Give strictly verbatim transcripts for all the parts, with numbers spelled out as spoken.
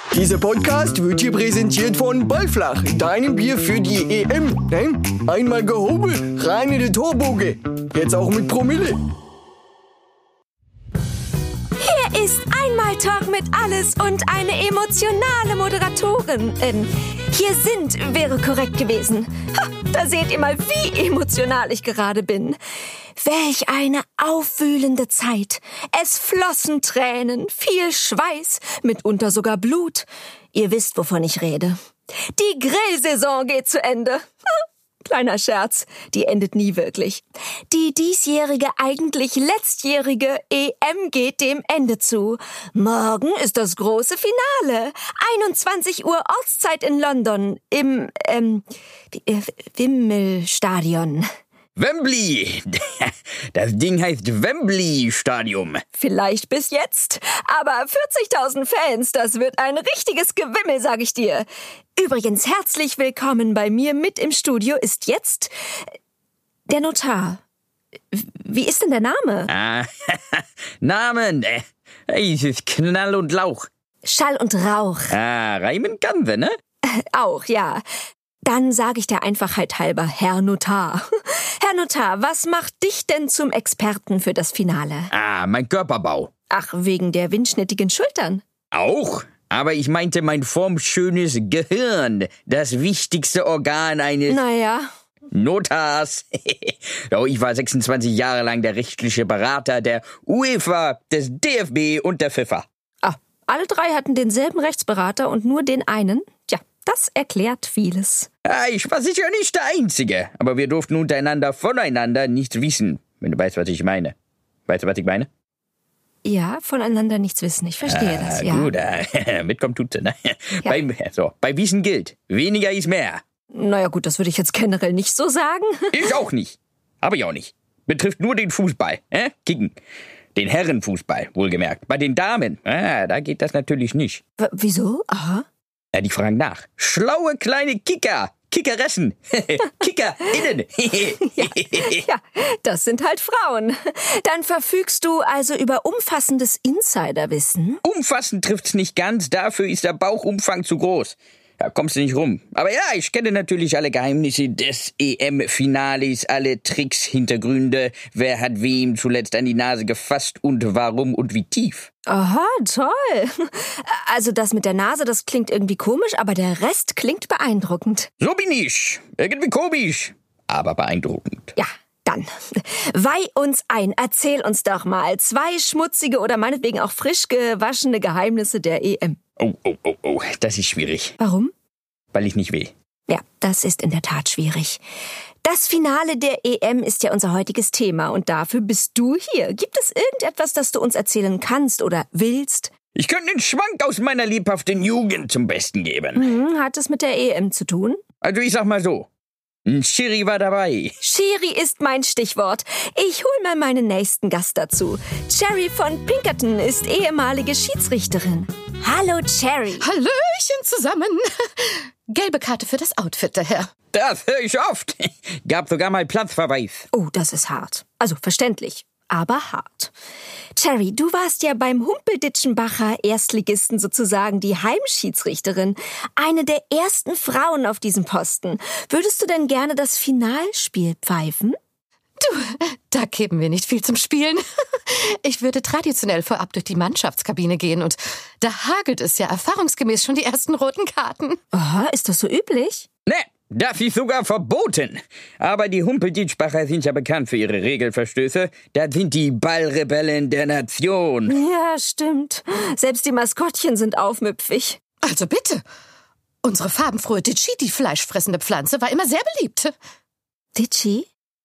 Dieser Podcast wird hier präsentiert von Ballflach, deinem Bier für die E M. Ne? Einmal gehobelt, rein in die Torboge. Jetzt auch mit Promille. Hier ist einmal Talk mit Alles und eine emotionale Moderatorin. Ähm, hier sind wäre korrekt gewesen. Ha, da seht ihr mal, wie emotional ich gerade bin. Welch eine aufwühlende Zeit. Es flossen Tränen, viel Schweiß, mitunter sogar Blut. Ihr wisst, wovon ich rede. Die Grillsaison geht zu Ende. Kleiner Scherz, die endet nie wirklich. Die diesjährige, eigentlich letztjährige E M geht dem Ende zu. Morgen ist das große Finale. einundzwanzig Uhr Ortszeit in London im ähm, Wimmelstadion. Wembley! Das Ding heißt Wembley-Stadium. Vielleicht bis jetzt, aber vierzigtausend Fans, das wird ein richtiges Gewimmel, sag ich dir. Übrigens, herzlich willkommen bei mir mit im Studio ist jetzt der Notar. Wie ist denn der Name? Ah, Namen, äh, es ist Knall und Lauch. Schall und Rauch. Ah, reimen kann sie, ne? Auch, ja. Dann sage ich der Einfachheit halber, Herr Notar. Herr Notar, was macht dich denn zum Experten für das Finale? Ah, mein Körperbau. Ach, wegen der windschnittigen Schultern? Auch? Aber ich meinte mein formschönes Gehirn, das wichtigste Organ eines Naja. Notars. Oh, ich war sechsundzwanzig Jahre lang der rechtliche Berater der UEFA, des D F B und der FIFA. Ah, alle drei hatten denselben Rechtsberater und nur den einen? Tja. Das erklärt vieles. Ja, ich war sicher nicht der Einzige, aber wir durften untereinander voneinander nichts wissen, wenn du weißt, was ich meine. Weißt du, was ich meine? Ja, voneinander nichts wissen, ich verstehe ah, das, ja. Gut, äh, mitkommen tut sie, ne? Ja. Bei, so, bei Wissen gilt, weniger ist mehr. Naja gut, das würde ich jetzt generell nicht so sagen. Ich auch nicht, aber ich auch nicht. Betrifft nur den Fußball, äh? Kicken. Den Herrenfußball, wohlgemerkt. Bei den Damen, ah, da geht das natürlich nicht. W- wieso? Aha. Ja, die fragen nach. Schlaue kleine Kicker. Kickeressen. KickerInnen. ja, ja, das sind halt Frauen. Dann verfügst du also über umfassendes Insiderwissen? Umfassend trifft's nicht ganz, dafür ist der Bauchumfang zu groß. Da kommst du nicht rum. Aber ja, ich kenne natürlich alle Geheimnisse des E M-Finales, alle Tricks, Hintergründe, wer hat wem zuletzt an die Nase gefasst und warum und wie tief. Aha, toll. Also das mit der Nase, das klingt irgendwie komisch, aber der Rest klingt beeindruckend. So bin ich. Irgendwie komisch, aber beeindruckend. Ja, dann. Weih uns ein, erzähl uns doch mal zwei schmutzige oder meinetwegen auch frisch gewaschene Geheimnisse der E M. Oh, oh, oh, oh, das ist schwierig. Warum? Weil ich nicht will. Ja, das ist in der Tat schwierig. Das Finale der E M ist ja unser heutiges Thema und dafür bist du hier. Gibt es irgendetwas, das du uns erzählen kannst oder willst? Ich könnte einen Schwank aus meiner lebhaften Jugend zum Besten geben. Hm, hat es mit der E M zu tun? Also ich sag mal so, ein Schiri war dabei. Schiri ist mein Stichwort. Ich hol mal meinen nächsten Gast dazu. Cherry von Pinkerton ist ehemalige Schiedsrichterin. Hallo Cherry. Hallöchen zusammen. Gelbe Karte für das Outfit daher. Das höre ich oft. Gab sogar mal Platzverweis. Oh, das ist hart. Also verständlich, aber hart. Cherry, du warst ja beim Humpelditschenbacher Erstligisten sozusagen die Heimschiedsrichterin. Eine der ersten Frauen auf diesem Posten. Würdest du denn gerne das Finalspiel pfeifen? Du, da geben wir nicht viel zum Spielen. Ich würde traditionell vorab durch die Mannschaftskabine gehen und da hagelt es ja erfahrungsgemäß schon die ersten roten Karten. Aha, ist das so üblich? Ne, das ist sogar verboten. Aber die Humpelditschbacher sind ja bekannt für ihre Regelverstöße. Das sind die Ballrebellen der Nation. Ja, stimmt. Selbst die Maskottchen sind aufmüpfig. Also bitte. Unsere farbenfrohe Ditschi, die fleischfressende Pflanze, war immer sehr beliebt. Ditschi?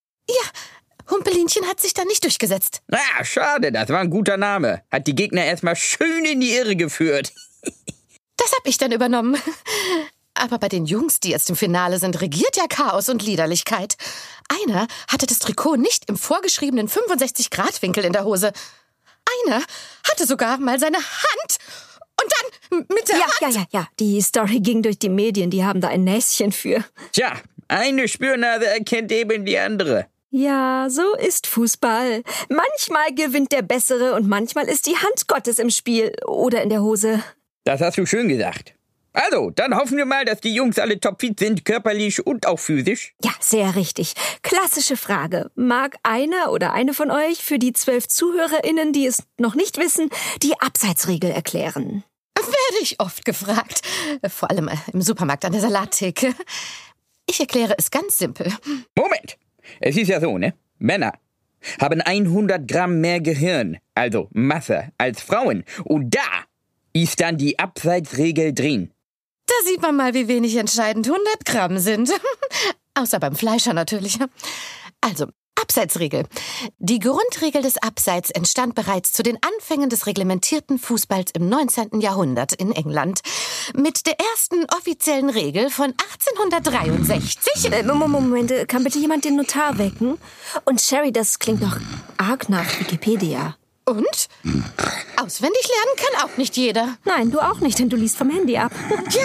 Ja, Humpelinchen hat sich da nicht durchgesetzt. Ah, schade, das war ein guter Name. Hat die Gegner erstmal schön in die Irre geführt. Das hab ich dann übernommen. Aber bei den Jungs, die jetzt im Finale sind, regiert ja Chaos und Liederlichkeit. Einer hatte das Trikot nicht im vorgeschriebenen fünfundsechzig Grad Winkel in der Hose. Einer hatte sogar mal seine Hand und dann mit der Ja, Hand... ja, ja, ja. Die Story ging durch die Medien. Die haben da ein Näschen für. Tja, eine Spürnase erkennt eben die andere. Ja, so ist Fußball. Manchmal gewinnt der Bessere und manchmal ist die Hand Gottes im Spiel oder in der Hose. Das hast du schön gesagt. Also, dann hoffen wir mal, dass die Jungs alle topfit sind, körperlich und auch physisch. Ja, sehr richtig. Klassische Frage. Mag einer oder eine von euch für die zwölf ZuhörerInnen, die es noch nicht wissen, die Abseitsregel erklären? Werde ich oft gefragt. Vor allem im Supermarkt an der Salattheke. Ich erkläre es ganz simpel. Moment. Es ist ja so, ne? Männer haben hundert Gramm mehr Gehirn, also Masse, als Frauen. Und da ist dann die Abseitsregel drin. Da sieht man mal, wie wenig entscheidend hundert Gramm sind. Außer beim Fleischer natürlich. Also, Abseitsregel. Die Grundregel des Abseits entstand bereits zu den Anfängen des reglementierten Fußballs im neunzehnten Jahrhundert in England. Mit der ersten offiziellen Regel von achtzehnhundertdreiundsechzig. Äh, Moment, kann bitte jemand den Notar wecken? Und Sherry, das klingt noch arg nach Wikipedia. Und? Auswendig lernen kann auch nicht jeder. Nein, du auch nicht, denn du liest vom Handy ab.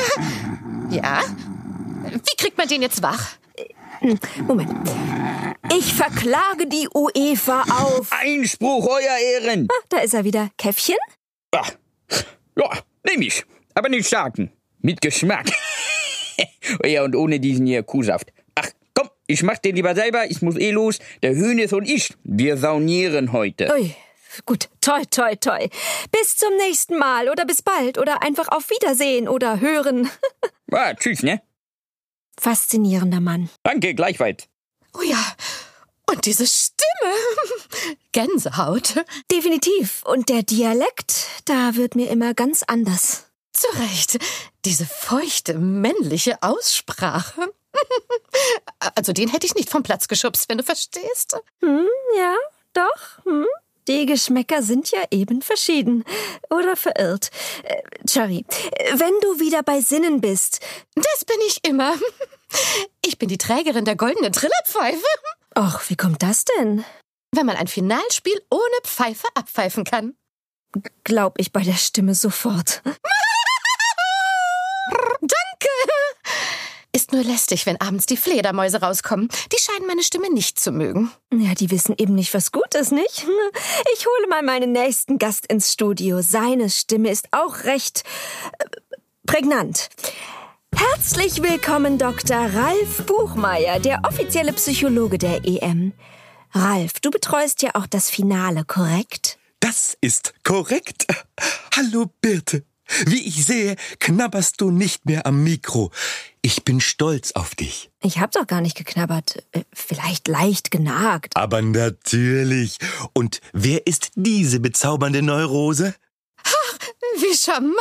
Ja. Ja? Wie kriegt man den jetzt wach? Moment. Ich verklage die UEFA auf. Einspruch, Euer Ehren. Ah, da ist er wieder. Käffchen? Ach, ja, nehm ich. Aber nicht starken. Mit Geschmack. Ja, und ohne diesen hier Kuhsaft. Ach, komm, ich mach den lieber selber. Ich muss eh los. Der Hönes und ich, wir saunieren heute. Ui. Gut, toi, toi, toi. Bis zum nächsten Mal oder bis bald oder einfach auf Wiedersehen oder hören. Ah, tschüss, ne? Faszinierender Mann. Danke, gleichfalls. Oh ja, und diese Stimme. Gänsehaut. Definitiv. Und der Dialekt, da wird mir immer ganz anders. Zu Recht. Diese feuchte, männliche Aussprache. Also den hätte ich nicht vom Platz geschubst, wenn du verstehst. Hm, ja, doch, hm. Die Geschmäcker sind ja eben verschieden. Oder verirrt. Äh, Cherry, wenn du wieder bei Sinnen bist... Das bin ich immer. Ich bin die Trägerin der goldenen Trillerpfeife. Och, wie kommt das denn? Wenn man ein Finalspiel ohne Pfeife abpfeifen kann. Glaub ich bei der Stimme sofort. Danke. Ist nur lästig, wenn abends die Fledermäuse rauskommen. Die scheinen meine Stimme nicht zu mögen. Ja, die wissen eben nicht, was gut ist, nicht? Ich hole mal meinen nächsten Gast ins Studio. Seine Stimme ist auch recht äh, prägnant. Herzlich willkommen, Doktor Ralf Buchmeier, der offizielle Psychologe der E M. Ralf, du betreust ja auch das Finale, korrekt? Das ist korrekt. Hallo, Birte. Wie ich sehe, knabberst du nicht mehr am Mikro. Ich bin stolz auf dich. Ich hab doch gar nicht geknabbert. Vielleicht leicht genagt. Aber natürlich. Und wer ist diese bezaubernde Neurose? Ach, wie charmant.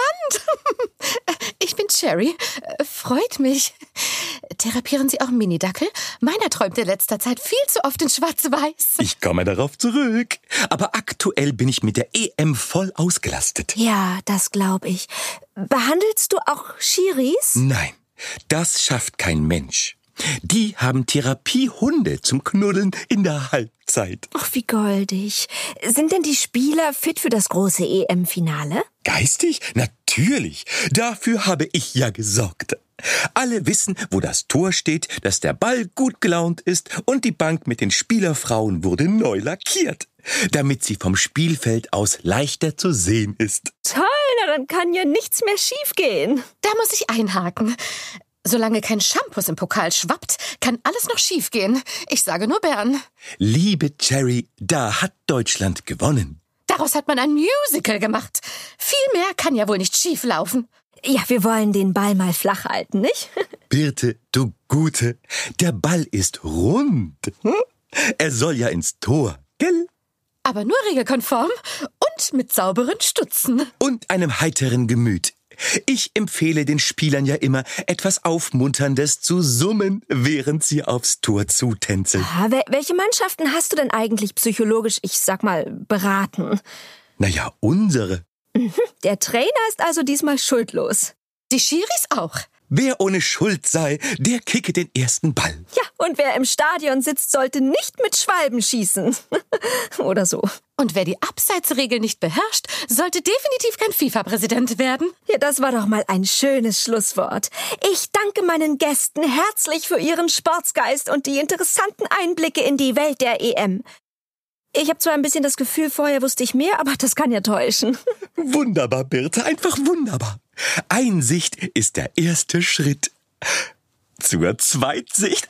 Ich bin Cherry. Freut mich. Therapieren Sie auch Minidackel? Meiner träumt in letzter Zeit viel zu oft in Schwarz-Weiß. Ich komme darauf zurück. Aber aktuell bin ich mit der E M voll ausgelastet. Ja, das glaube ich. Behandelst du auch Schiris? Nein, das schafft kein Mensch. Die haben Therapiehunde zum Knuddeln in der Halbzeit. Ach, wie goldig. Sind denn die Spieler fit für das große E M-Finale? Geistig? Natürlich. Dafür habe ich ja gesorgt. Alle wissen, wo das Tor steht, dass der Ball gut gelaunt ist und die Bank mit den Spielerfrauen wurde neu lackiert, damit sie vom Spielfeld aus leichter zu sehen ist. Toll, na dann kann ja nichts mehr schiefgehen. Da muss ich einhaken. Solange kein Shampoos im Pokal schwappt, kann alles noch schiefgehen. Ich sage nur Bern. Liebe Cherry, da hat Deutschland gewonnen. Daraus hat man ein Musical gemacht. Viel mehr kann ja wohl nicht schief laufen. Ja, wir wollen den Ball mal flach halten, nicht? Birte, du Gute, der Ball ist rund. Er soll ja ins Tor, gell? Aber nur regelkonform und mit sauberen Stutzen. Und einem heiteren Gemüt. Ich empfehle den Spielern ja immer, etwas Aufmunterndes zu summen, während sie aufs Tor zutänzeln. Ah, welche Mannschaften hast du denn eigentlich psychologisch, ich sag mal, beraten? Naja, unsere. Der Trainer ist also diesmal schuldlos. Die Schiris auch. Wer ohne Schuld sei, der kicke den ersten Ball. Ja, und wer im Stadion sitzt, sollte nicht mit Schwalben schießen. Oder so. Und wer die Abseitsregel nicht beherrscht, sollte definitiv kein FIFA-Präsident werden. Ja, das war doch mal ein schönes Schlusswort. Ich danke meinen Gästen herzlich für ihren Sportsgeist und die interessanten Einblicke in die Welt der E M. Ich habe zwar ein bisschen das Gefühl, vorher wusste ich mehr, aber das kann ja täuschen. Wunderbar, Birte, einfach wunderbar. Einsicht ist der erste Schritt zur Zweitsicht.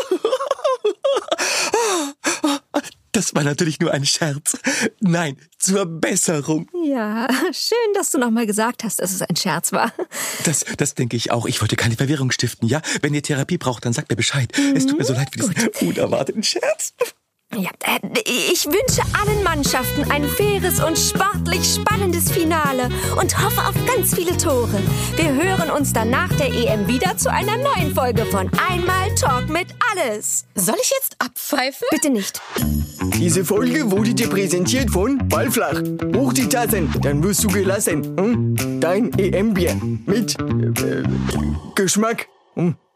Das war natürlich nur ein Scherz. Nein, zur Besserung. Ja, schön, dass du nochmal gesagt hast, dass es ein Scherz war. Das, das denke ich auch. Ich wollte keine Verwirrung stiften, ja? Wenn ihr Therapie braucht, dann sagt mir Bescheid. Mhm, es tut mir so leid für diesen gut. unerwarteten Scherz. Ja, ich wünsche allen Mannschaften ein faires und sportlich spannendes Finale und hoffe auf ganz viele Tore. Wir hören uns dann nach der E M wieder zu einer neuen Folge von Einmal Talk mit Alles. Soll ich jetzt abpfeifen? Bitte nicht. Diese Folge wurde dir präsentiert von Ballflach. Hoch die Tassen, dann wirst du gelassen. Hm? Dein E M-Bier mit äh, Geschmack. Hm?